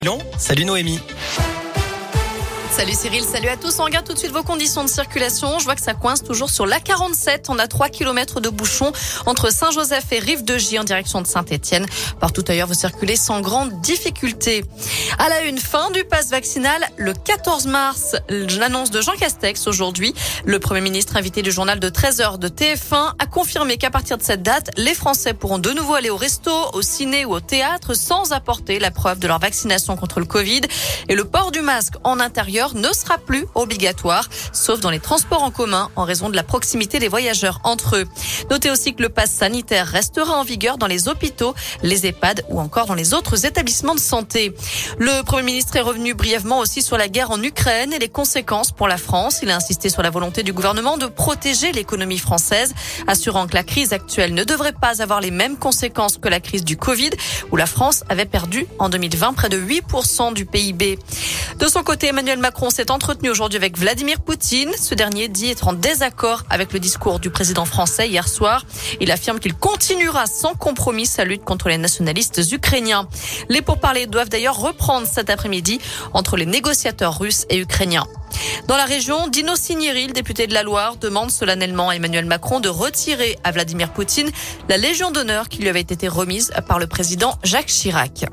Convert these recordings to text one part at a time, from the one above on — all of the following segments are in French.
Non, salut Noémie. Salut Cyril, salut à tous. On regarde tout de suite vos conditions de circulation. Je vois que ça coince toujours sur l'A47. On a 3 km de bouchons entre Saint-Joseph et Rive-de-Gier en direction de Saint-Étienne. Partout ailleurs, vous circulez sans grande difficulté. À la une, fin du pass vaccinal le 14 mars. L'annonce de Jean Castex aujourd'hui. Le Premier ministre invité du journal de 13h de TF1 a confirmé qu'à partir de cette date, les Français pourront de nouveau aller au resto, au ciné ou au théâtre sans apporter la preuve de leur vaccination contre le Covid. Et le port du masque en intérieur ne sera plus obligatoire, sauf dans les transports en commun en raison de la proximité des voyageurs entre eux. Notez aussi que le pass sanitaire restera en vigueur dans les hôpitaux, les EHPAD ou encore dans les autres établissements de santé. Le Premier ministre est revenu brièvement aussi sur la guerre en Ukraine et les conséquences pour la France. Il a insisté sur la volonté du gouvernement de protéger l'économie française, assurant que la crise actuelle ne devrait pas avoir les mêmes conséquences que la crise du Covid, où la France avait perdu en 2020 près de 8% du PIB. De son côté, Emmanuel Macron s'est entretenu aujourd'hui avec Vladimir Poutine. Ce dernier dit être en désaccord avec le discours du président français hier soir. Il affirme qu'il continuera sans compromis sa lutte contre les nationalistes ukrainiens. Les pourparlers doivent d'ailleurs reprendre cet après-midi entre les négociateurs russes et ukrainiens. Dans la région, Dino Cinieri, le député de la Loire, demande solennellement à Emmanuel Macron de retirer à Vladimir Poutine la Légion d'honneur qui lui avait été remise par le président Jacques Chirac.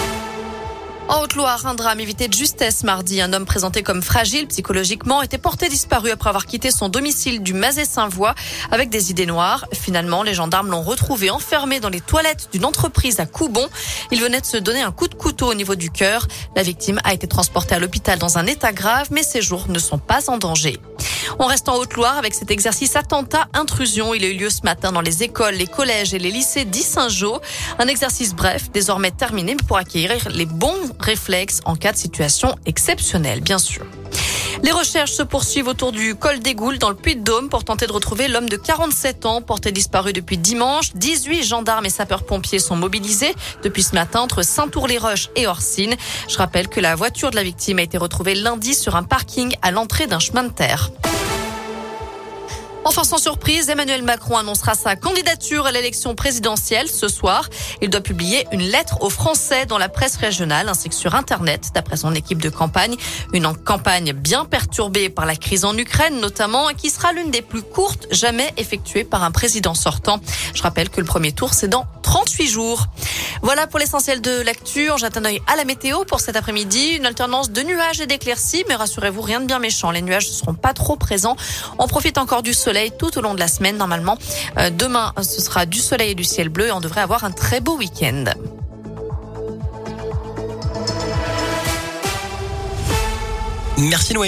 En Haute-Loire, un drame évité de justesse mardi. Un homme présenté comme fragile psychologiquement était porté disparu après avoir quitté son domicile du Mazet-Saint-Voix avec des idées noires. Finalement, les gendarmes l'ont retrouvé enfermé dans les toilettes d'une entreprise à Coubon. Il venait de se donner un coup de couteau au niveau du cœur. La victime a été transportée à l'hôpital dans un état grave, mais ses jours ne sont pas en danger. On reste en Haute-Loire avec cet exercice attentat-intrusion. Il a eu lieu ce matin dans les écoles, les collèges et les lycées d'Issingeaux. Un exercice bref, désormais terminé pour acquérir les bons réflexes en cas de situation exceptionnelle, bien sûr. Les recherches se poursuivent autour du col des Goules dans le Puy-de-Dôme pour tenter de retrouver l'homme de 47 ans porté disparu depuis dimanche. 18 gendarmes et sapeurs-pompiers sont mobilisés depuis ce matin entre Saint-Ours-les-Roches et Orsine. Je rappelle que la voiture de la victime a été retrouvée lundi sur un parking à l'entrée d'un chemin de terre. Enfin, sans surprise, Emmanuel Macron annoncera sa candidature à l'élection présidentielle ce soir. Il doit publier une lettre aux Français dans la presse régionale ainsi que sur Internet, d'après son équipe de campagne. Une campagne bien perturbée par la crise en Ukraine notamment et qui sera l'une des plus courtes jamais effectuées par un président sortant. Je rappelle que le premier tour, c'est dans 38 jours. Voilà pour l'essentiel de l'actu. On jette un œil à la météo pour cet après-midi. Une alternance de nuages et d'éclaircies, mais rassurez-vous, rien de bien méchant. Les nuages ne seront pas trop présents. On profite encore du soleil tout au long de la semaine. Normalement, demain, ce sera du soleil et du ciel bleu et on devrait avoir un très beau week-end. Merci Noémie.